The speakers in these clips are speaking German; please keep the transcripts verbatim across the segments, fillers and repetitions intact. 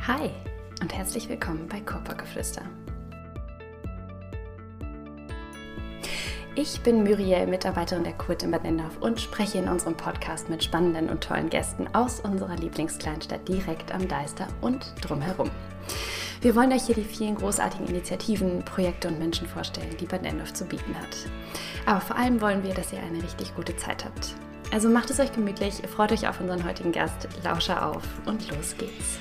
Hi und herzlich willkommen bei Kurparkgeflüster. Ich bin Muriel, Mitarbeiterin der Kurt in Bad Nennendorf und spreche in unserem Podcast mit spannenden und tollen Gästen aus unserer Lieblingskleinstadt direkt am Deister und drumherum. Wir wollen euch hier die vielen großartigen Initiativen, Projekte und Menschen vorstellen, die Bad Nennendorf zu bieten hat. Aber vor allem wollen wir, dass ihr eine richtig gute Zeit habt. Also macht es euch gemütlich, freut euch auf unseren heutigen Gast, Lauscher auf und los geht's.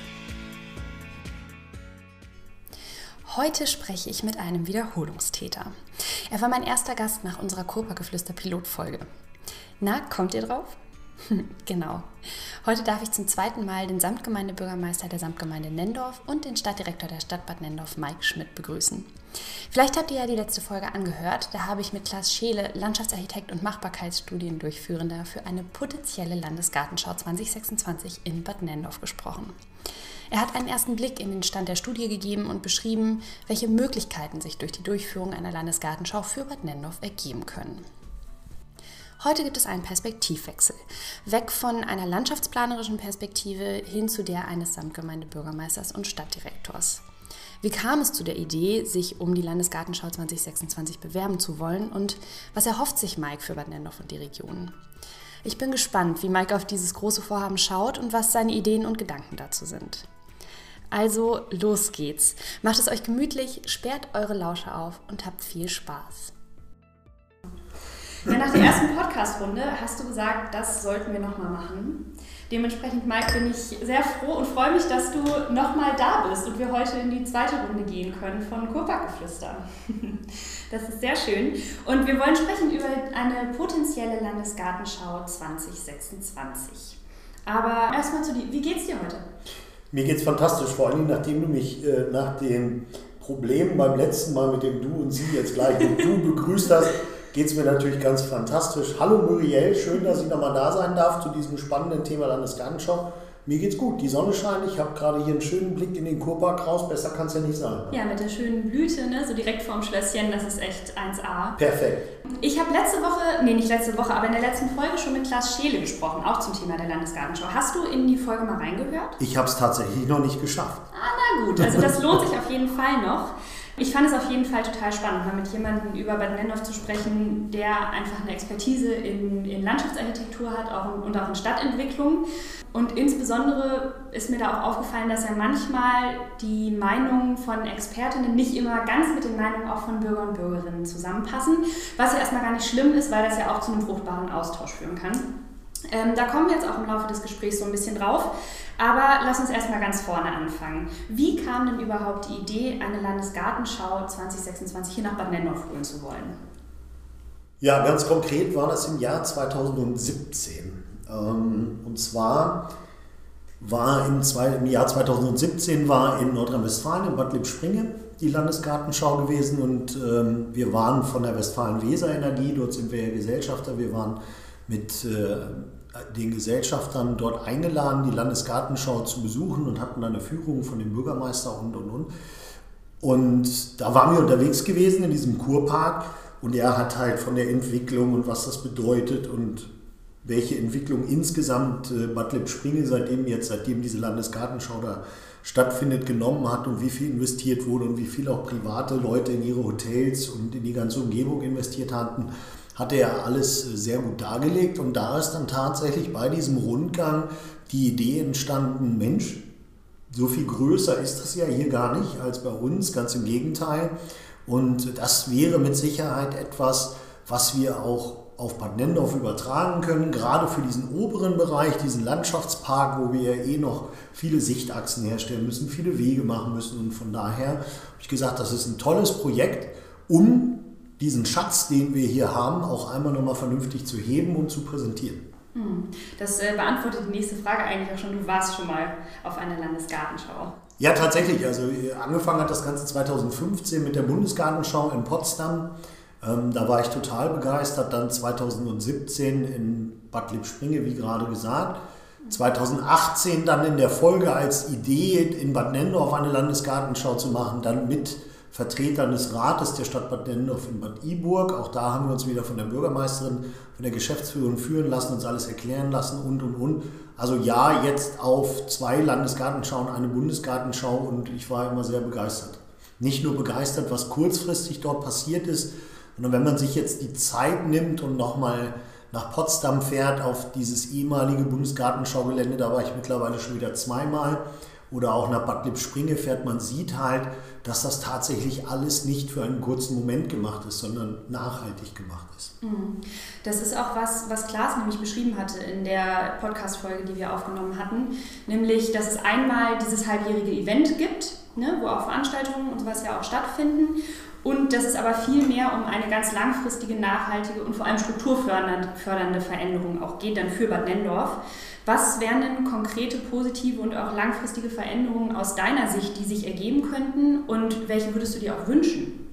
Heute spreche ich mit einem Wiederholungstäter. Er war mein erster Gast nach unserer Kurparkgeflüster-Pilotfolge. Na, kommt ihr drauf? Genau. Heute darf ich zum zweiten Mal den Samtgemeindebürgermeister der Samtgemeinde Nennendorf und den Stadtdirektor der Stadt Bad Nennendorf, Mike Schmidt, begrüßen. Vielleicht habt ihr ja die letzte Folge angehört. Da habe ich mit Klaas Scheele, Landschaftsarchitekt und Machbarkeitsstudiendurchführender, für eine potenzielle Landesgartenschau zwanzig sechsundzwanzig in Bad Nennendorf gesprochen. Er hat einen ersten Blick in den Stand der Studie gegeben und beschrieben, welche Möglichkeiten sich durch die Durchführung einer Landesgartenschau für Bad Nennendorf ergeben können. Heute gibt es einen Perspektivwechsel, weg von einer landschaftsplanerischen Perspektive hin zu der eines Samtgemeindebürgermeisters und Stadtdirektors. Wie kam es zu der Idee, sich um die Landesgartenschau zwanzig sechsundzwanzig bewerben zu wollen und was erhofft sich Mike für Bad Nennendorf und die Region? Ich bin gespannt, wie Mike auf dieses große Vorhaben schaut und was seine Ideen und Gedanken dazu sind. Also los geht's. Macht es euch gemütlich, sperrt eure Lauscher auf und habt viel Spaß. Ja, nach der ersten Podcast-Runde hast du gesagt, das sollten wir nochmal machen. Dementsprechend, Mike, bin ich sehr froh und freue mich, dass du nochmal da bist und wir heute in die zweite Runde gehen können von Kurparkgeflüster. Das ist sehr schön. Und wir wollen sprechen über eine potenzielle Landesgartenschau zwanzig sechsundzwanzig. Aber erstmal zu dir, wie geht's dir heute? Mir geht's fantastisch, vor allem nachdem du mich äh, nach dem Problem beim letzten Mal, mit dem du und sie jetzt gleich mit du begrüßt hast, geht es mir natürlich ganz fantastisch. Hallo Muriel, schön, dass ich nochmal da sein darf zu diesem spannenden Thema Landesgartenschau. Mir geht's gut, die Sonne scheint, ich habe gerade hier einen schönen Blick in den Kurpark raus, besser kann es ja nicht sein. Ja, mit der schönen Blüte, ne? So direkt vorm Schlösschen, das ist echt eins A. Perfekt. Ich habe letzte Woche, nee nicht letzte Woche, aber in der letzten Folge schon mit Klaas Scheele gesprochen, auch zum Thema der Landesgartenschau. Hast du in die Folge mal reingehört? Ich habe es tatsächlich noch nicht geschafft. Ah, na gut, also das lohnt sich auf jeden Fall noch. Ich fand es auf jeden Fall total spannend, mal mit jemandem über Bad Nennendorf zu sprechen, der einfach eine Expertise in, in Landschaftsarchitektur hat auch in, und auch in Stadtentwicklung. Und insbesondere ist mir da auch aufgefallen, dass ja manchmal die Meinungen von Expertinnen nicht immer ganz mit den Meinungen auch von Bürger und Bürgerinnen zusammenpassen, was ja erstmal gar nicht schlimm ist, weil das ja auch zu einem fruchtbaren Austausch führen kann. Ähm, da kommen wir jetzt auch im Laufe des Gesprächs so ein bisschen drauf. Aber lass uns erstmal ganz vorne anfangen. Wie kam denn überhaupt die Idee, eine Landesgartenschau zwanzig sechsundzwanzig hier nach Bad Nennendorf holen zu wollen? Ja, ganz konkret war das im Jahr zweitausendsiebzehn. Und zwar war im, im Jahr zweitausendsiebzehn war in Nordrhein-Westfalen, in Bad Lippspringe, die Landesgartenschau gewesen und ähm, wir waren von der Westfalen-Weser Energie, dort sind wir ja Gesellschafter, wir waren mit äh, den Gesellschaftern dort eingeladen, die Landesgartenschau zu besuchen und hatten dann eine Führung von dem Bürgermeister und und und. Und da waren wir unterwegs gewesen in diesem Kurpark und er hat halt von der Entwicklung und was das bedeutet und welche Entwicklung insgesamt Bad Lippspringe seitdem jetzt, seitdem diese Landesgartenschau da stattfindet, genommen hat und wie viel investiert wurde und wie viel auch private Leute in ihre Hotels und in die ganze Umgebung investiert hatten, hat er alles sehr gut dargelegt. Und da ist dann tatsächlich bei diesem Rundgang die Idee entstanden, Mensch, so viel größer ist das ja hier gar nicht als bei uns, ganz im Gegenteil. Und das wäre mit Sicherheit etwas, was wir auch auf Bad Nennendorf übertragen können, gerade für diesen oberen Bereich, diesen Landschaftspark, wo wir ja eh noch viele Sichtachsen herstellen müssen, viele Wege machen müssen. Und von daher habe ich gesagt, das ist ein tolles Projekt, um diesen Schatz, den wir hier haben, auch einmal nochmal vernünftig zu heben und zu präsentieren. Das äh, beantwortet die nächste Frage eigentlich auch schon. Du warst schon mal auf einer Landesgartenschau. Ja, tatsächlich. Also angefangen hat das Ganze zweitausendfünfzehn mit der Bundesgartenschau in Potsdam. Ähm, da war ich total begeistert. Dann zweitausendsiebzehn in Bad Lippspringe, wie gerade gesagt. zweitausendachtzehn dann in der Folge als Idee, in Bad Nennendorf eine Landesgartenschau zu machen, dann mit Vertretern des Rates der Stadt Bad Nenndorf in Bad Iburg. Auch da haben wir uns wieder von der Bürgermeisterin, von der Geschäftsführung führen lassen, uns alles erklären lassen und, und, und. Also ja, jetzt auf zwei Landesgartenschauen, eine Bundesgartenschau und ich war immer sehr begeistert. Nicht nur begeistert, was kurzfristig dort passiert ist, sondern wenn man sich jetzt die Zeit nimmt und nochmal nach Potsdam fährt, auf dieses ehemalige Bundesgartenschaugelände, da war ich mittlerweile schon wieder zweimal, oder auch nach Bad Lippspringe fährt, man sieht halt, dass das tatsächlich alles nicht für einen kurzen Moment gemacht ist, sondern nachhaltig gemacht ist. Das ist auch was, was Klaas nämlich beschrieben hatte in der Podcast-Folge, die wir aufgenommen hatten, nämlich, dass es einmal dieses halbjährige Event gibt, ne, wo auch Veranstaltungen und sowas ja auch stattfinden, und dass es aber viel mehr um eine ganz langfristige, nachhaltige und vor allem strukturfördernde Veränderung auch geht, dann für Bad Nenndorf. Was wären denn konkrete, positive und auch langfristige Veränderungen aus deiner Sicht, die sich ergeben könnten, und welche würdest du dir auch wünschen?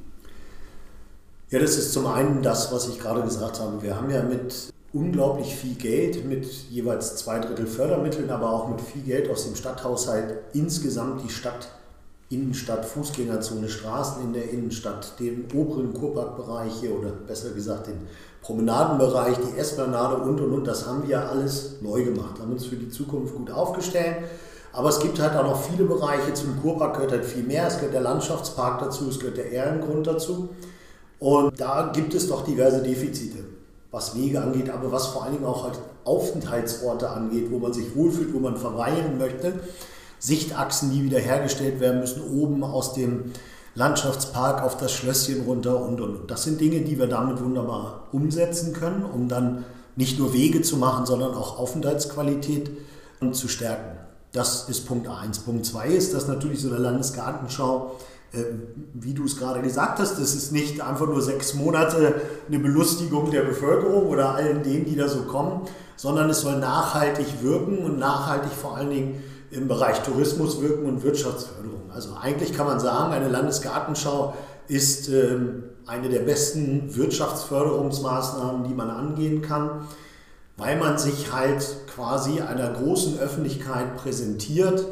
Ja, das ist zum einen das, was ich gerade gesagt habe. Wir haben ja mit unglaublich viel Geld, mit jeweils zwei Drittel Fördermitteln, aber auch mit viel Geld aus dem Stadthaushalt insgesamt die Stadt, Innenstadt, Fußgängerzone, Straßen in der Innenstadt, den oberen Kurparkbereich oder besser gesagt den Promenadenbereich, die Esplanade und und und, das haben wir alles neu gemacht, haben uns für die Zukunft gut aufgestellt. Aber es gibt halt auch noch viele Bereiche, zum Kurpark gehört halt viel mehr, es gehört der Landschaftspark dazu, es gehört der Ehrengrund dazu. Und da gibt es doch diverse Defizite, was Wege angeht, aber was vor allen Dingen auch halt Aufenthaltsorte angeht, wo man sich wohlfühlt, wo man verweilen möchte. Sichtachsen, die wiederhergestellt werden müssen, oben aus dem Landschaftspark auf das Schlösschen runter und, und, und. Das sind Dinge, die wir damit wunderbar umsetzen können, um dann nicht nur Wege zu machen, sondern auch Aufenthaltsqualität zu stärken. Das ist Punkt eins. Punkt zwei ist, dass natürlich so eine Landesgartenschau, äh, wie du es gerade gesagt hast, das ist nicht einfach nur sechs Monate eine Belustigung der Bevölkerung oder allen denen, die da so kommen, sondern es soll nachhaltig wirken und nachhaltig vor allen Dingen im Bereich Tourismus wirken und Wirtschaftsförderung. Also eigentlich kann man sagen, eine Landesgartenschau ist ähm, eine der besten Wirtschaftsförderungsmaßnahmen, die man angehen kann, weil man sich halt quasi einer großen Öffentlichkeit präsentiert,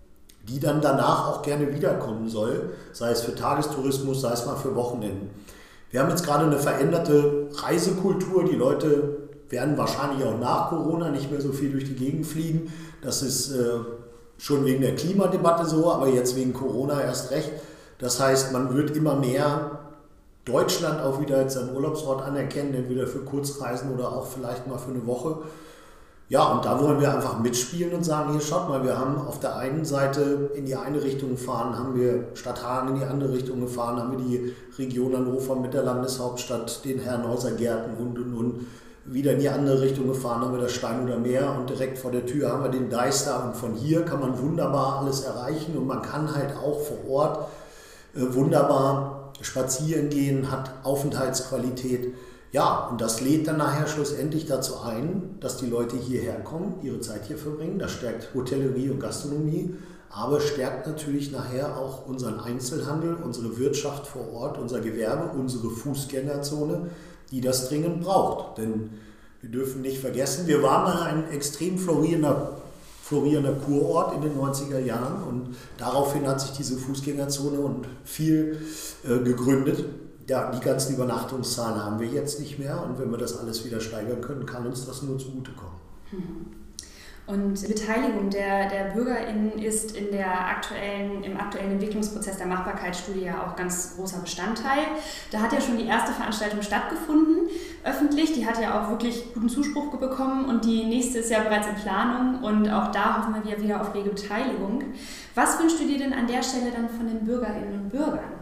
die dann danach auch gerne wiederkommen soll, sei es für Tagestourismus, sei es mal für Wochenenden. Wir haben jetzt gerade eine veränderte Reisekultur, die Leute werden wahrscheinlich auch nach Corona nicht mehr so viel durch die Gegend fliegen. Das ist äh, schon wegen der Klimadebatte so, aber jetzt wegen Corona erst recht. Das heißt, man wird immer mehr Deutschland auch wieder als seinen Urlaubsort anerkennen, entweder für Kurzreisen oder auch vielleicht mal für eine Woche. Ja, und da wollen wir einfach mitspielen und sagen, hier schaut mal, wir haben auf der einen Seite in die eine Richtung gefahren, haben wir Stadthagen in die andere Richtung gefahren, haben wir die Region Hannover mit der Landeshauptstadt, den Herrenhäuser Gärten und und und. Wieder in die andere Richtung gefahren, haben wir das Steinhuder Meer und direkt vor der Tür haben wir den Deister und von hier kann man wunderbar alles erreichen und man kann halt auch vor Ort äh, wunderbar spazieren gehen, hat Aufenthaltsqualität. Ja, und das lädt dann nachher schlussendlich dazu ein, dass die Leute hierher kommen, ihre Zeit hier verbringen. Das stärkt Hotellerie und Gastronomie, aber stärkt natürlich nachher auch unseren Einzelhandel, unsere Wirtschaft vor Ort, unser Gewerbe, unsere Fußgängerzone, die das dringend braucht. Denn wir dürfen nicht vergessen, wir waren mal ein extrem florierender, florierender Kurort in den neunziger Jahren und daraufhin hat sich diese Fußgängerzone und viel äh, gegründet. Ja, die ganzen Übernachtungszahlen haben wir jetzt nicht mehr und wenn wir das alles wieder steigern können, kann uns das nur zugutekommen. Und die Beteiligung der, der BürgerInnen ist in der aktuellen, im aktuellen Entwicklungsprozess der Machbarkeitsstudie ja auch ganz großer Bestandteil. Da hat ja schon die erste Veranstaltung stattgefunden, öffentlich. Die hat ja auch wirklich guten Zuspruch bekommen und die nächste ist ja bereits in Planung und auch da hoffen wir wieder auf rege Beteiligung. Was wünschst du dir denn an der Stelle dann von den BürgerInnen und Bürgern?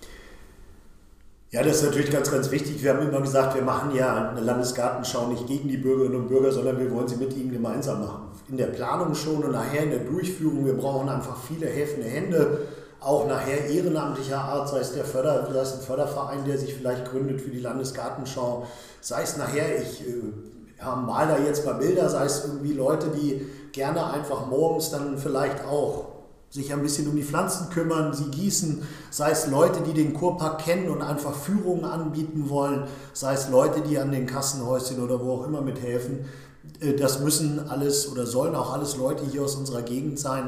Ja, das ist natürlich ganz, ganz wichtig. Wir haben immer gesagt, wir machen ja eine Landesgartenschau nicht gegen die Bürgerinnen und Bürger, sondern wir wollen sie mit ihnen gemeinsam machen. In der Planung schon und nachher in der Durchführung. Wir brauchen einfach viele helfende Hände, auch nachher ehrenamtlicher Art, sei es, der Förder, sei es ein Förderverein, der sich vielleicht gründet für die Landesgartenschau, sei es nachher, ich äh, ja, mal da jetzt mal Bilder, sei es irgendwie Leute, die gerne einfach morgens dann vielleicht auch sich ein bisschen um die Pflanzen kümmern, sie gießen, sei es Leute, die den Kurpark kennen und einfach Führungen anbieten wollen, sei es Leute, die an den Kassenhäuschen oder wo auch immer mithelfen. Das müssen alles oder sollen auch alles Leute hier aus unserer Gegend sein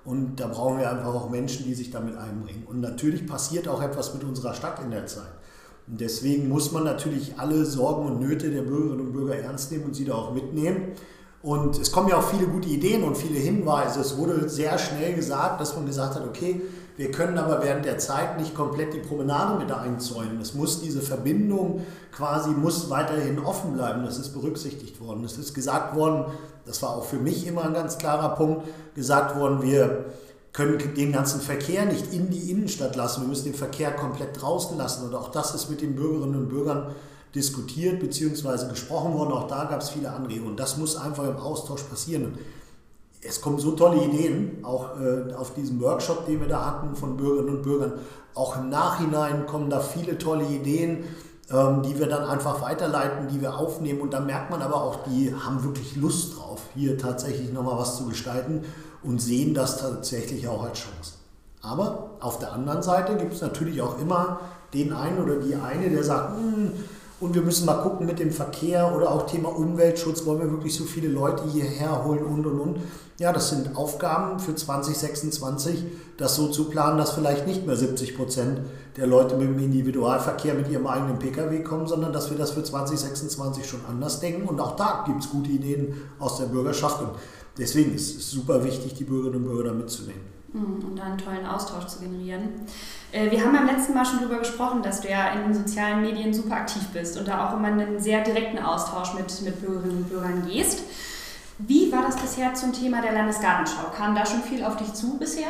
Und da brauchen wir einfach auch Menschen, die sich damit einbringen. Und natürlich passiert auch etwas mit unserer Stadt in der Zeit. Und deswegen muss man natürlich alle Sorgen und Nöte der Bürgerinnen und Bürger ernst nehmen und sie da auch mitnehmen. Und es kommen ja auch viele gute Ideen und viele Hinweise. Es wurde sehr schnell gesagt, dass man gesagt hat, okay, wir können aber während der Zeit nicht komplett die Promenade mit einzäunen. Es muss diese Verbindung quasi muss weiterhin offen bleiben. Das ist berücksichtigt worden. Es ist gesagt worden, das war auch für mich immer ein ganz klarer Punkt, gesagt worden, wir können den ganzen Verkehr nicht in die Innenstadt lassen. Wir müssen den Verkehr komplett draußen lassen. Und auch das ist mit den Bürgerinnen und Bürgern diskutiert bzw. gesprochen worden. Auch da gab es viele Anregungen. Das muss einfach im Austausch passieren. Es kommen so tolle Ideen, auch äh, auf diesem Workshop, den wir da hatten von Bürgerinnen und Bürgern. Auch im Nachhinein kommen da viele tolle Ideen, ähm, die wir dann einfach weiterleiten, die wir aufnehmen. Und da merkt man aber auch, die haben wirklich Lust drauf, hier tatsächlich nochmal was zu gestalten und sehen das tatsächlich auch als Chance. Aber auf der anderen Seite gibt es natürlich auch immer den einen oder die eine, der sagt, hm, und wir müssen mal gucken mit dem Verkehr oder auch Thema Umweltschutz, wollen wir wirklich so viele Leute hierher holen und und und. Ja, das sind Aufgaben für zwanzig sechsundzwanzig, das so zu planen, dass vielleicht nicht mehr siebzig Prozent der Leute mit dem Individualverkehr mit ihrem eigenen Pkw kommen, sondern dass wir das für zwanzig sechsundzwanzig schon anders denken. Und auch da gibt es gute Ideen aus der Bürgerschaft. Und deswegen ist es super wichtig, die Bürgerinnen und Bürger da mitzunehmen. Und da einen tollen Austausch zu generieren. Wir haben beim letzten Mal schon darüber gesprochen, dass du ja in den sozialen Medien super aktiv bist und da auch immer einen sehr direkten Austausch mit, mit Bürgerinnen und Bürgern gehst. Wie war das bisher zum Thema der Landesgartenschau? Kam da schon viel auf dich zu bisher?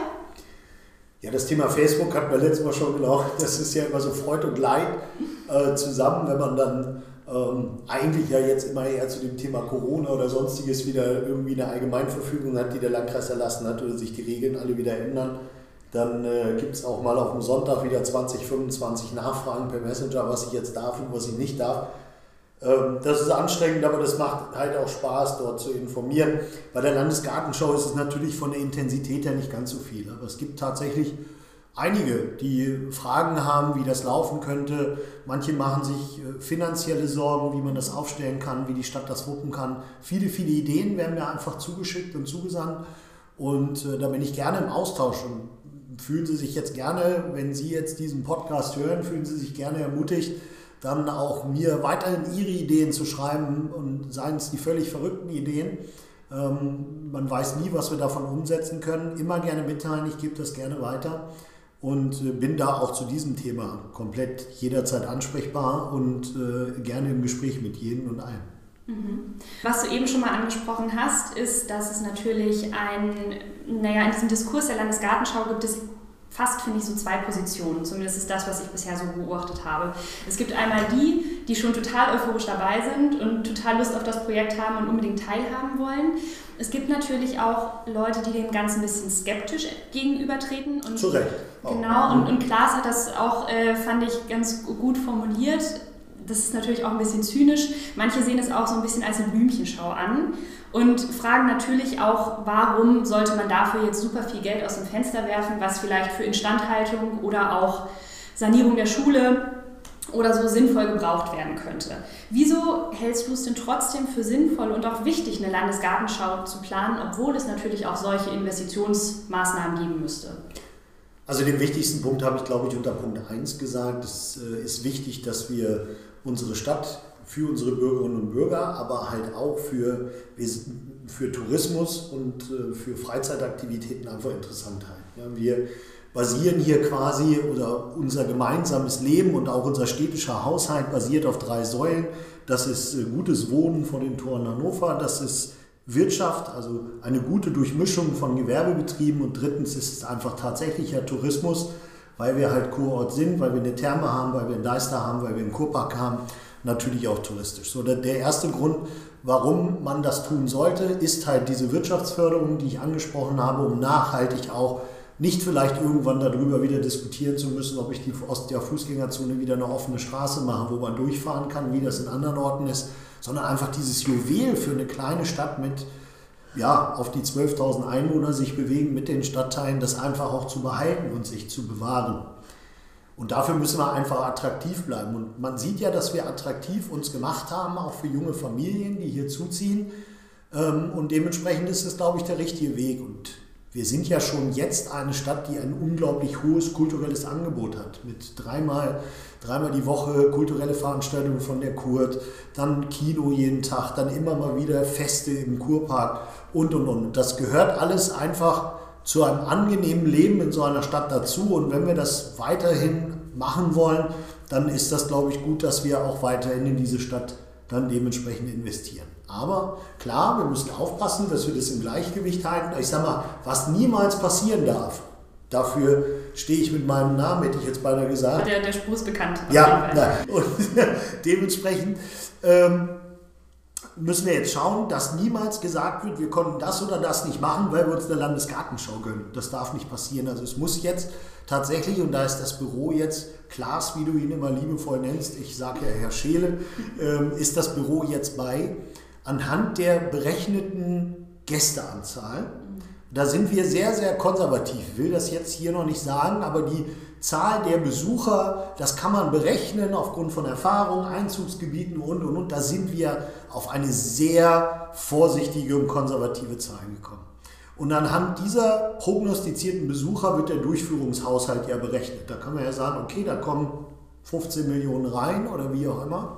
Ja, das Thema Facebook hatten wir letztes Mal schon genau. Das ist ja immer so Freud und Leid äh, zusammen, wenn man dann ähm, eigentlich ja jetzt immer eher zu dem Thema Corona oder sonstiges wieder irgendwie eine Allgemeinverfügung hat, die der Landkreis erlassen hat oder sich die Regeln alle wieder ändern. Dann äh, gibt es auch mal auf dem Sonntag wieder zwanzig, fünfundzwanzig Nachfragen per Messenger, was ich jetzt darf und was ich nicht darf. Ähm, das ist anstrengend, aber das macht halt auch Spaß, dort zu informieren. Bei der Landesgartenschau ist es natürlich von der Intensität her nicht ganz so viel. Aber es gibt tatsächlich einige, die Fragen haben, wie das laufen könnte. Manche machen sich äh, finanzielle Sorgen, wie man das aufstellen kann, wie die Stadt das wuppen kann. Viele, viele Ideen werden mir einfach zugeschickt und zugesandt. Und äh, da bin ich gerne im Austausch und fühlen Sie sich jetzt gerne, wenn Sie jetzt diesen Podcast hören, fühlen Sie sich gerne ermutigt, dann auch mir weiterhin Ihre Ideen zu schreiben und seien es die völlig verrückten Ideen. Ähm, man weiß nie, was wir davon umsetzen können. Immer gerne mitteilen, ich gebe das gerne weiter und äh, bin da auch zu diesem Thema komplett jederzeit ansprechbar und äh, gerne im Gespräch mit jedem und allen. Was du eben schon mal angesprochen hast, ist, dass es natürlich ein, naja, in diesem Diskurs der Landesgartenschau gibt es fast, finde ich, so zwei Positionen. Zumindest ist das, was ich bisher so beobachtet habe. Es gibt einmal die, die schon total euphorisch dabei sind und total Lust auf das Projekt haben und unbedingt teilhaben wollen. Es gibt natürlich auch Leute, die dem Ganzen ein bisschen skeptisch gegenübertreten. Und zu Recht. Genau, und, und Klaas hat das auch, äh, fand ich, ganz gut formuliert. Das ist natürlich auch ein bisschen zynisch. Manche sehen es auch so ein bisschen als eine Blümchenschau an und fragen natürlich auch, warum sollte man dafür jetzt super viel Geld aus dem Fenster werfen, was vielleicht für Instandhaltung oder auch Sanierung der Schule oder so sinnvoll gebraucht werden könnte. Wieso hältst du es denn trotzdem für sinnvoll und auch wichtig, eine Landesgartenschau zu planen, obwohl es natürlich auch solche Investitionsmaßnahmen geben müsste? Also den wichtigsten Punkt habe ich, glaube ich, unter Punkt eins gesagt. Es äh, ist wichtig, dass wir unsere Stadt für unsere Bürgerinnen und Bürger, aber halt auch für, für Tourismus und äh, für Freizeitaktivitäten einfach interessant halten. Ja, wir basieren hier quasi, oder unser gemeinsames Leben und auch unser städtischer Haushalt basiert auf drei Säulen. Das ist äh, gutes Wohnen vor den Toren Hannover, das ist Wirtschaft, also eine gute Durchmischung von Gewerbebetrieben und drittens ist es einfach tatsächlicher Tourismus, weil wir halt Kurort sind, weil wir eine Therme haben, weil wir einen Deister haben, weil wir einen Kurpark haben, natürlich auch touristisch. So, der erste Grund, warum man das tun sollte, ist halt diese Wirtschaftsförderung, die ich angesprochen habe, um nachhaltig auch nicht vielleicht irgendwann darüber wieder diskutieren zu müssen, ob ich die aus der Fußgängerzone wieder eine offene Straße mache, wo man durchfahren kann, wie das in anderen Orten ist, sondern einfach dieses Juwel für eine kleine Stadt mit, ja, auf die zwölftausend Einwohner sich bewegen mit den Stadtteilen, das einfach auch zu behalten und sich zu bewahren. Und dafür müssen wir einfach attraktiv bleiben. Und man sieht ja, dass wir attraktiv uns gemacht haben, auch für junge Familien, die hier zuziehen. Und dementsprechend ist es, glaube ich, der richtige Weg. Und Wir sind ja schon jetzt eine Stadt, die ein unglaublich hohes kulturelles Angebot hat. Mit dreimal, dreimal die Woche kulturelle Veranstaltungen von der Kurt, dann Kino jeden Tag, dann immer mal wieder Feste im Kurpark und, und, und. Das gehört alles einfach zu einem angenehmen Leben in so einer Stadt dazu. Und wenn wir das weiterhin machen wollen, dann ist das, glaube ich, gut, dass wir auch weiterhin in diese Stadt dann dementsprechend investieren. Aber klar, wir müssen aufpassen, dass wir das im Gleichgewicht halten. Ich sage mal, was niemals passieren darf, dafür stehe ich mit meinem Namen, hätte ich jetzt beinahe gesagt. Der, der Spruch ist bekannt. Ja, nein. Und dementsprechend ähm, müssen wir jetzt schauen, dass niemals gesagt wird, wir konnten das oder das nicht machen, weil wir uns eine Landesgartenschau gönnen. Das darf nicht passieren. Also es muss jetzt tatsächlich, und da ist das Büro jetzt, Klaas, wie du ihn immer liebevoll nennst, ich sage ja Herr Scheele, ähm, ist das Büro jetzt bei, anhand der berechneten Gästeanzahl. Da sind wir sehr, sehr konservativ. Ich will das jetzt hier noch nicht sagen, aber die Zahl der Besucher, das kann man berechnen aufgrund von Erfahrung, Einzugsgebieten und, und, und. Da sind wir auf eine sehr vorsichtige und konservative Zahl gekommen. Und anhand dieser prognostizierten Besucher wird der Durchführungshaushalt ja berechnet. Da kann man ja sagen, okay, da kommen fünfzehn Millionen rein oder wie auch immer.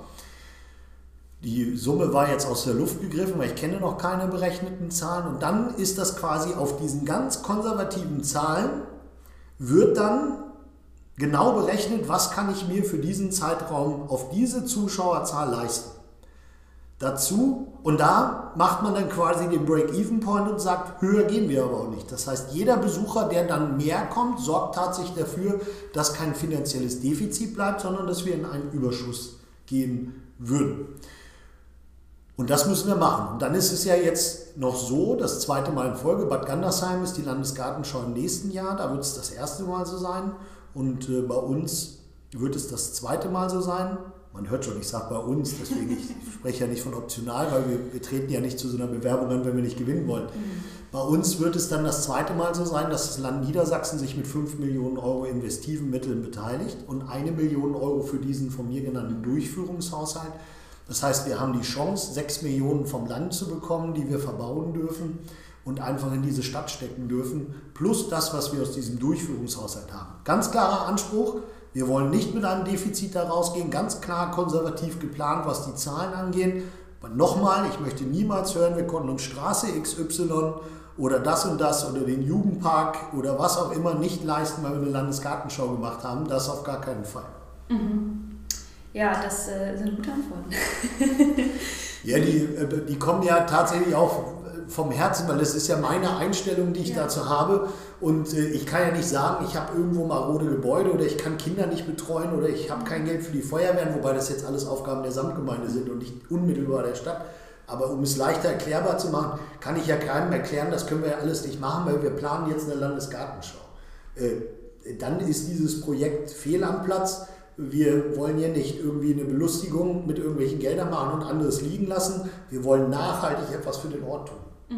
Die Summe war jetzt aus der Luft gegriffen, weil ich kenne noch keine berechneten Zahlen. Und dann ist das quasi auf diesen ganz konservativen Zahlen, wird dann genau berechnet, was kann ich mir für diesen Zeitraum auf diese Zuschauerzahl leisten. Dazu, und da macht man dann quasi den Break-Even-Point und sagt, höher gehen wir aber auch nicht. Das heißt, jeder Besucher, der dann mehr kommt, sorgt tatsächlich dafür, dass kein finanzielles Defizit bleibt, sondern dass wir in einen Überschuss gehen würden. Und das müssen wir machen. Und dann ist es ja jetzt noch so, das zweite Mal in Folge, Bad Gandersheim ist die Landesgartenschau im nächsten Jahr, da wird es das erste Mal so sein. Und äh, bei uns wird es das zweite Mal so sein. Man hört schon, ich sage bei uns, deswegen ich spreche ja nicht von optional, weil wir, wir treten ja nicht zu so einer Bewerbung an, wenn wir nicht gewinnen wollen. Mhm. Bei uns wird es dann das zweite Mal so sein, dass das Land Niedersachsen sich mit fünf Millionen Euro investiven Mitteln beteiligt und eine Million Euro für diesen von mir genannten Durchführungshaushalt. Das heißt, wir haben die Chance, sechs Millionen vom Land zu bekommen, die wir verbauen dürfen und einfach in diese Stadt stecken dürfen, plus das, was wir aus diesem Durchführungshaushalt haben. Ganz klarer Anspruch, wir wollen nicht mit einem Defizit da rausgehen, ganz klar konservativ geplant, was die Zahlen angeht. Aber nochmal, ich möchte niemals hören, wir konnten uns Straße X Y oder das und das oder den Jugendpark oder was auch immer nicht leisten, weil wir eine Landesgartenschau gemacht haben. Das auf gar keinen Fall. Mhm. Ja, das äh, sind gute Antworten. Ja, die, die kommen ja tatsächlich auch vom Herzen, weil das ist ja meine Einstellung, die ich ja. dazu habe. Und äh, ich kann ja nicht sagen, ich habe irgendwo marode Gebäude oder ich kann Kinder nicht betreuen oder ich habe kein Geld für die Feuerwehren, wobei das jetzt alles Aufgaben der Samtgemeinde sind und nicht unmittelbar der Stadt. Aber um es leichter erklärbar zu machen, kann ich ja keinem erklären, das können wir ja alles nicht machen, weil wir planen jetzt eine Landesgartenschau. Äh, dann ist dieses Projekt fehl am Platz. Wir wollen ja nicht irgendwie eine Belustigung mit irgendwelchen Geldern machen und anderes liegen lassen. Wir wollen nachhaltig etwas für den Ort tun.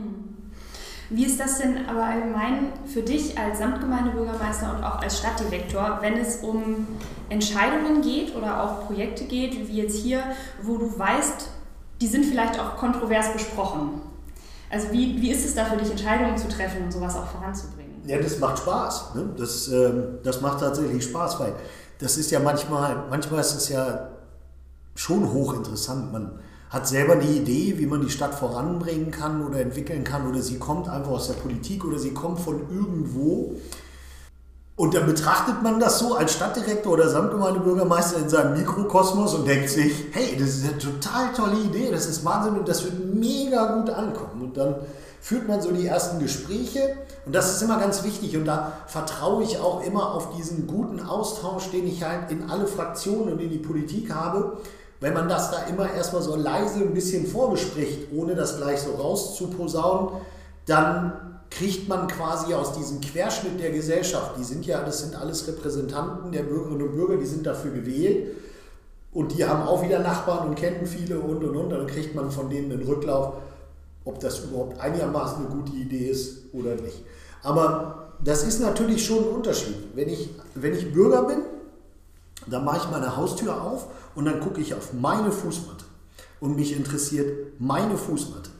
Wie ist das denn aber allgemein für dich als Samtgemeindebürgermeister und auch als Stadtdirektor, wenn es um Entscheidungen geht oder auch Projekte geht, wie jetzt hier, wo du weißt, die sind vielleicht auch kontrovers besprochen? Also wie, wie ist es da für dich, Entscheidungen zu treffen und sowas auch voranzubringen? Ja, das macht Spaß. Ne? Das, äh, das macht tatsächlich Spaß, weil das ist ja manchmal, manchmal ist es ja schon hochinteressant. Man hat selber eine Idee, wie man die Stadt voranbringen kann oder entwickeln kann oder sie kommt einfach aus der Politik oder sie kommt von irgendwo. Und dann betrachtet man das so als Stadtdirektor oder Samtgemeindebürgermeister in seinem Mikrokosmos und denkt sich, hey, das ist eine total tolle Idee, das ist Wahnsinn und das wird mega gut ankommen. Und dann führt man so die ersten Gespräche und das ist immer ganz wichtig und da vertraue ich auch immer auf diesen guten Austausch, den ich halt in alle Fraktionen und in die Politik habe. Wenn man das da immer erstmal so leise ein bisschen vorbespricht, ohne das gleich so rauszuposaunen, dann kriegt man quasi aus diesem Querschnitt der Gesellschaft, die sind ja, das sind alles Repräsentanten der Bürgerinnen und Bürger, die sind dafür gewählt und die haben auch wieder Nachbarn und kennen viele und und und, dann kriegt man von denen einen Rücklauf, ob das überhaupt einigermaßen eine gute Idee ist oder nicht. Aber das ist natürlich schon ein Unterschied. Wenn ich, wenn ich Bürger bin, dann mache ich meine Haustür auf und dann gucke ich auf meine Fußmatte und mich interessiert meine Fußmatte.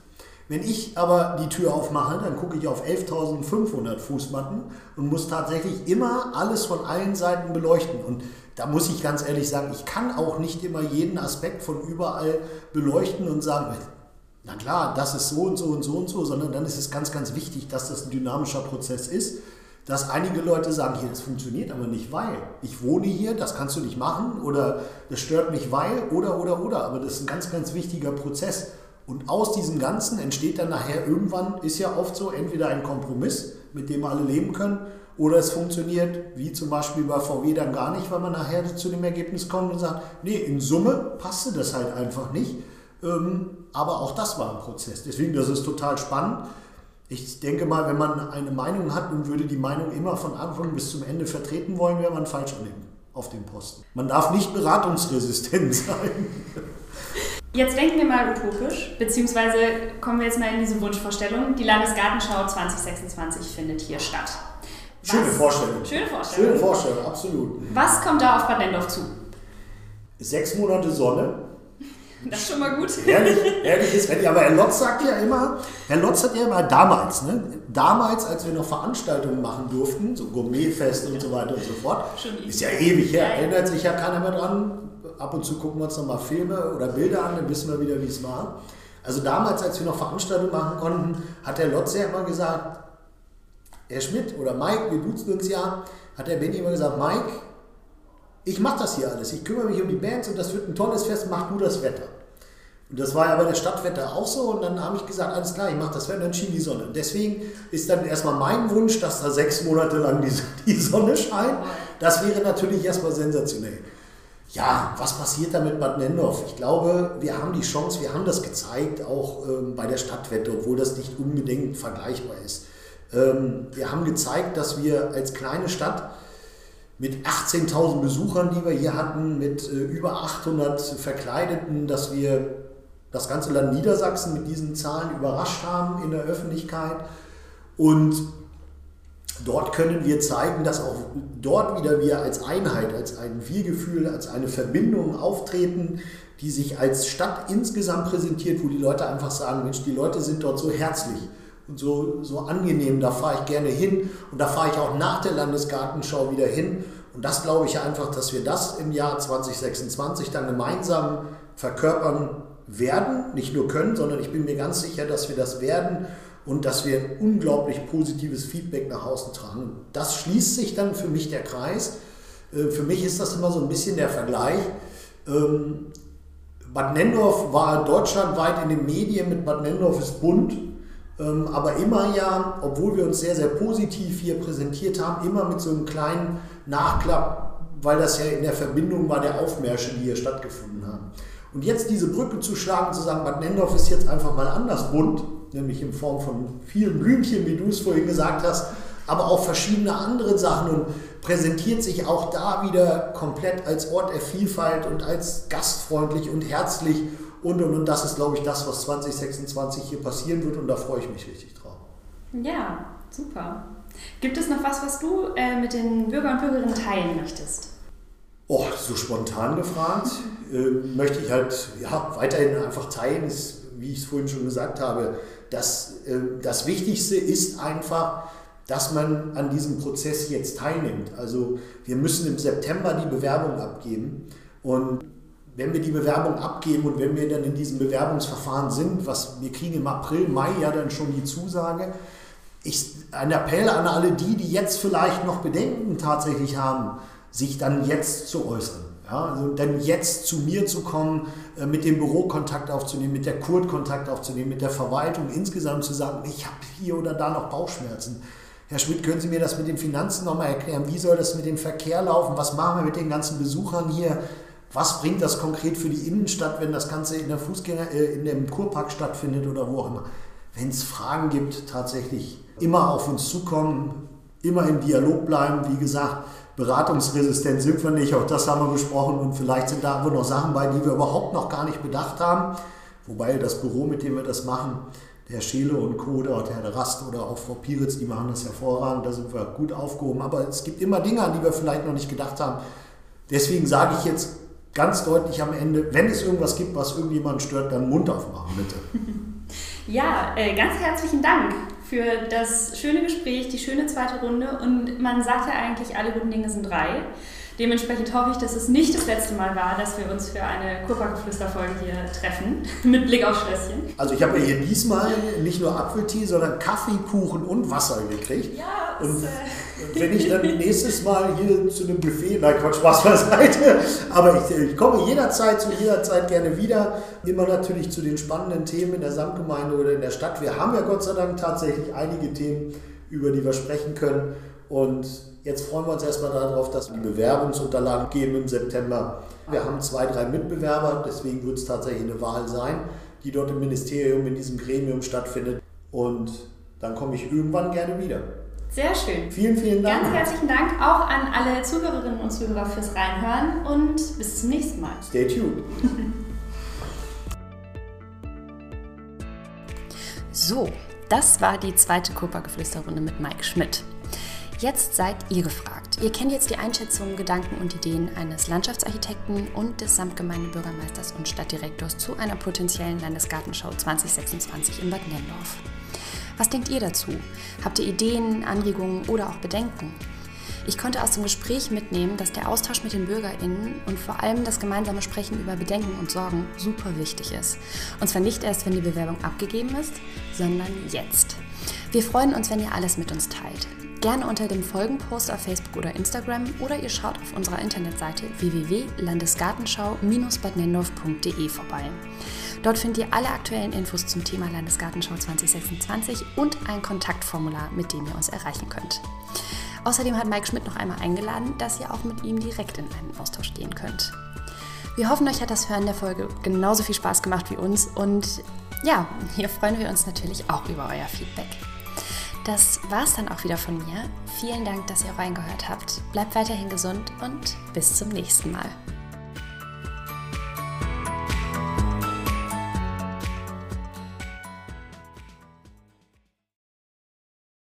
Wenn ich aber die Tür aufmache, dann gucke ich auf elftausendfünfhundert Fußmatten und muss tatsächlich immer alles von allen Seiten beleuchten. Und da muss ich ganz ehrlich sagen, ich kann auch nicht immer jeden Aspekt von überall beleuchten und sagen, na klar, das ist so und so und so und so, sondern dann ist es ganz, ganz wichtig, dass das ein dynamischer Prozess ist, dass einige Leute sagen, hier, das funktioniert aber nicht, weil ich wohne hier, das kannst du nicht machen oder das stört mich, weil oder, oder, oder. Aber das ist ein ganz, ganz wichtiger Prozess. Und aus diesem Ganzen entsteht dann nachher irgendwann, ist ja oft so, entweder ein Kompromiss, mit dem alle leben können, oder es funktioniert, wie zum Beispiel bei V W dann gar nicht, weil man nachher zu dem Ergebnis kommt und sagt, nee, in Summe passte das halt einfach nicht. Aber auch das war ein Prozess. Deswegen, das ist total spannend. Ich denke mal, wenn man eine Meinung hat und würde die Meinung immer von Anfang bis zum Ende vertreten wollen, wäre man falsch an dem, auf dem Posten. Man darf nicht beratungsresistent sein. Jetzt denken wir mal utopisch, beziehungsweise kommen wir jetzt mal in diese Wunschvorstellung. Die Landesgartenschau zwanzig sechsundzwanzig findet hier statt. Was? Schöne Vorstellung. Schöne Vorstellung. Schöne Vorstellung, absolut. Was kommt da auf Bad Nenndorf zu? Sechs Monate Sonne. Das ist schon mal gut. Ehrlich, ehrliches Wetter. Aber Herr Lotz sagt ja immer, Herr Lotz hat ja immer damals, ne? damals, als wir noch Veranstaltungen machen durften, so Gourmetfest und so weiter und so fort, ist ja ewig her, erinnert sich ja keiner mehr dran. Ab und zu gucken wir uns nochmal Filme oder Bilder an, dann wissen wir wieder, wie es war. Also damals, als wir noch Veranstaltungen machen konnten, hat Herr Lotz ja immer gesagt, Herr Schmidt oder Mike, wir duzen uns ja, hat der Benni immer gesagt, Mike, ich mache das hier alles, ich kümmere mich um die Bands und das wird ein tolles Fest, mach du das Wetter. Und das war ja bei der Stadtwetter auch so und dann habe ich gesagt, alles klar, ich mache das Wetter und dann schien die Sonne. Und deswegen ist dann erstmal mein Wunsch, dass da sechs Monate lang die, die Sonne scheint. Das wäre natürlich erstmal sensationell. Ja, was passiert da mit Bad Nenndorf? Ich glaube, wir haben die Chance, wir haben das gezeigt, auch ähm, bei der Stadtwette, obwohl das nicht unbedingt vergleichbar ist. Ähm, wir haben gezeigt, dass wir als kleine Stadt mit achtzehntausend Besuchern, die wir hier hatten, mit äh, über achthundert Verkleideten, dass wir das ganze Land Niedersachsen mit diesen Zahlen überrascht haben in der Öffentlichkeit. Und dort können wir zeigen, dass auch dort wieder wir als Einheit, als ein Wir-Gefühl, als eine Verbindung auftreten, die sich als Stadt insgesamt präsentiert, wo die Leute einfach sagen, Mensch, die Leute sind dort so herzlich und so, so angenehm, da fahre ich gerne hin und da fahre ich auch nach der Landesgartenschau wieder hin. Und das glaube ich einfach, dass wir das im Jahr zwanzig sechsundzwanzig dann gemeinsam verkörpern werden, nicht nur können, sondern ich bin mir ganz sicher, dass wir das werden und dass wir ein unglaublich positives Feedback nach außen tragen. Das schließt sich dann für mich der Kreis. Für mich ist das immer so ein bisschen der Vergleich. Bad Nenndorf war deutschlandweit in den Medien mit Bad Nenndorf ist bunt, aber immer ja, obwohl wir uns sehr, sehr positiv hier präsentiert haben, immer mit so einem kleinen Nachklapp, weil das ja in der Verbindung war der Aufmärsche, die hier stattgefunden haben. Und jetzt diese Brücke zu schlagen, zu sagen, Bad Nenndorf ist jetzt einfach mal anders bunt, nämlich in Form von vielen Blümchen, wie du es vorhin gesagt hast, aber auch verschiedene andere Sachen und präsentiert sich auch da wieder komplett als Ort der Vielfalt und als gastfreundlich und herzlich und und und. Das ist, glaube ich, das, was zwanzig sechsundzwanzig hier passieren wird und da freue ich mich richtig drauf. Ja, super. Gibt es noch was, was du äh, mit den Bürger und Bürgerinnen teilen möchtest? Oh, so spontan gefragt, äh, möchte ich halt ja, weiterhin einfach teilen, ist, wie ich es vorhin schon gesagt habe, dass äh, das Wichtigste ist einfach, dass man an diesem Prozess jetzt teilnimmt. Also wir müssen im September die Bewerbung abgeben und wenn wir die Bewerbung abgeben und wenn wir dann in diesem Bewerbungsverfahren sind, was wir kriegen im April, Mai ja dann schon die Zusage, ich, ein Appell an alle die, die jetzt vielleicht noch Bedenken tatsächlich haben, sich dann jetzt zu äußern. Ja, also dann jetzt zu mir zu kommen, äh, mit dem Büro Kontakt aufzunehmen, mit der Kurt Kontakt aufzunehmen, mit der Verwaltung insgesamt zu sagen, ich habe hier oder da noch Bauchschmerzen. Herr Schmidt, können Sie mir das mit den Finanzen nochmal erklären? Wie soll das mit dem Verkehr laufen? Was machen wir mit den ganzen Besuchern hier? Was bringt das konkret für die Innenstadt, wenn das Ganze in der Fußgänger, äh, in dem Kurpark stattfindet oder wo auch immer? Wenn es Fragen gibt, tatsächlich immer auf uns zukommen, immer im Dialog bleiben. Wie gesagt, beratungsresistent sind wir nicht, auch das haben wir besprochen und vielleicht sind da irgendwo noch Sachen bei, die wir überhaupt noch gar nicht bedacht haben. Wobei das Büro, mit dem wir das machen, der Herr Scheele und Co. oder der Herr Rast oder auch Frau Piritz, die machen das hervorragend, da sind wir gut aufgehoben. Aber es gibt immer Dinge, an die wir vielleicht noch nicht gedacht haben. Deswegen sage ich jetzt ganz deutlich am Ende, wenn es irgendwas gibt, was irgendjemanden stört, dann Mund aufmachen, bitte. Ja, äh, ganz herzlichen Dank für das schöne Gespräch, die schöne zweite Runde. Und man sagt ja eigentlich, alle guten Dinge sind drei. Dementsprechend hoffe ich, dass es nicht das letzte Mal war, dass wir uns für eine Kurparkgeflüster-Folge hier treffen, mit Blick auf Schlösschen. Also ich habe ja hier diesmal nicht nur Apfeltee, sondern Kaffee, Kuchen und Wasser gekriegt. Ja, das, und äh wenn ich dann nächstes Mal hier zu einem Buffet, nein Quatsch, Spaß beiseite, aber ich, ich komme jederzeit zu jeder Zeit gerne wieder, immer natürlich zu den spannenden Themen in der Samtgemeinde oder in der Stadt. Wir haben ja Gott sei Dank tatsächlich einige Themen, über die wir sprechen können, und jetzt freuen wir uns erstmal darauf, dass die Bewerbungsunterlagen geben im September. Wir haben zwei, drei Mitbewerber, deswegen wird es tatsächlich eine Wahl sein, die dort im Ministerium, in diesem Gremium stattfindet. Und dann komme ich irgendwann gerne wieder. Sehr schön. Vielen, vielen Dank. Ganz herzlichen Dank auch an alle Zuhörerinnen und Zuhörer fürs Reinhören und bis zum nächsten Mal. Stay tuned. So, das war die zweite Kurparkgeflüster-Runde mit Mike Schmidt. Jetzt seid ihr gefragt. Ihr kennt jetzt die Einschätzungen, Gedanken und Ideen eines Landschaftsarchitekten und des Samtgemeindebürgermeisters und Stadtdirektors zu einer potenziellen Landesgartenschau zwanzig sechsundzwanzig in Bad Nenndorf. Was denkt ihr dazu? Habt ihr Ideen, Anregungen oder auch Bedenken? Ich konnte aus dem Gespräch mitnehmen, dass der Austausch mit den BürgerInnen und vor allem das gemeinsame Sprechen über Bedenken und Sorgen super wichtig ist. Und zwar nicht erst, wenn die Bewerbung abgegeben ist, sondern jetzt. Wir freuen uns, wenn ihr alles mit uns teilt. Gerne unter dem Folgenpost auf Facebook oder Instagram oder ihr schaut auf unserer Internetseite w w w punkt landesgartenschau Bindestrich bad nenndorf punkt de vorbei. Dort findet ihr alle aktuellen Infos zum Thema Landesgartenschau zwanzig sechsundzwanzig und ein Kontaktformular, mit dem ihr uns erreichen könnt. Außerdem hat Mike Schmidt noch einmal eingeladen, dass ihr auch mit ihm direkt in einen Austausch gehen könnt. Wir hoffen, euch hat das Hören der Folge genauso viel Spaß gemacht wie uns und ja, hier freuen wir uns natürlich auch über euer Feedback. Das war's dann auch wieder von mir. Vielen Dank, dass ihr reingehört habt. Bleibt weiterhin gesund und bis zum nächsten Mal.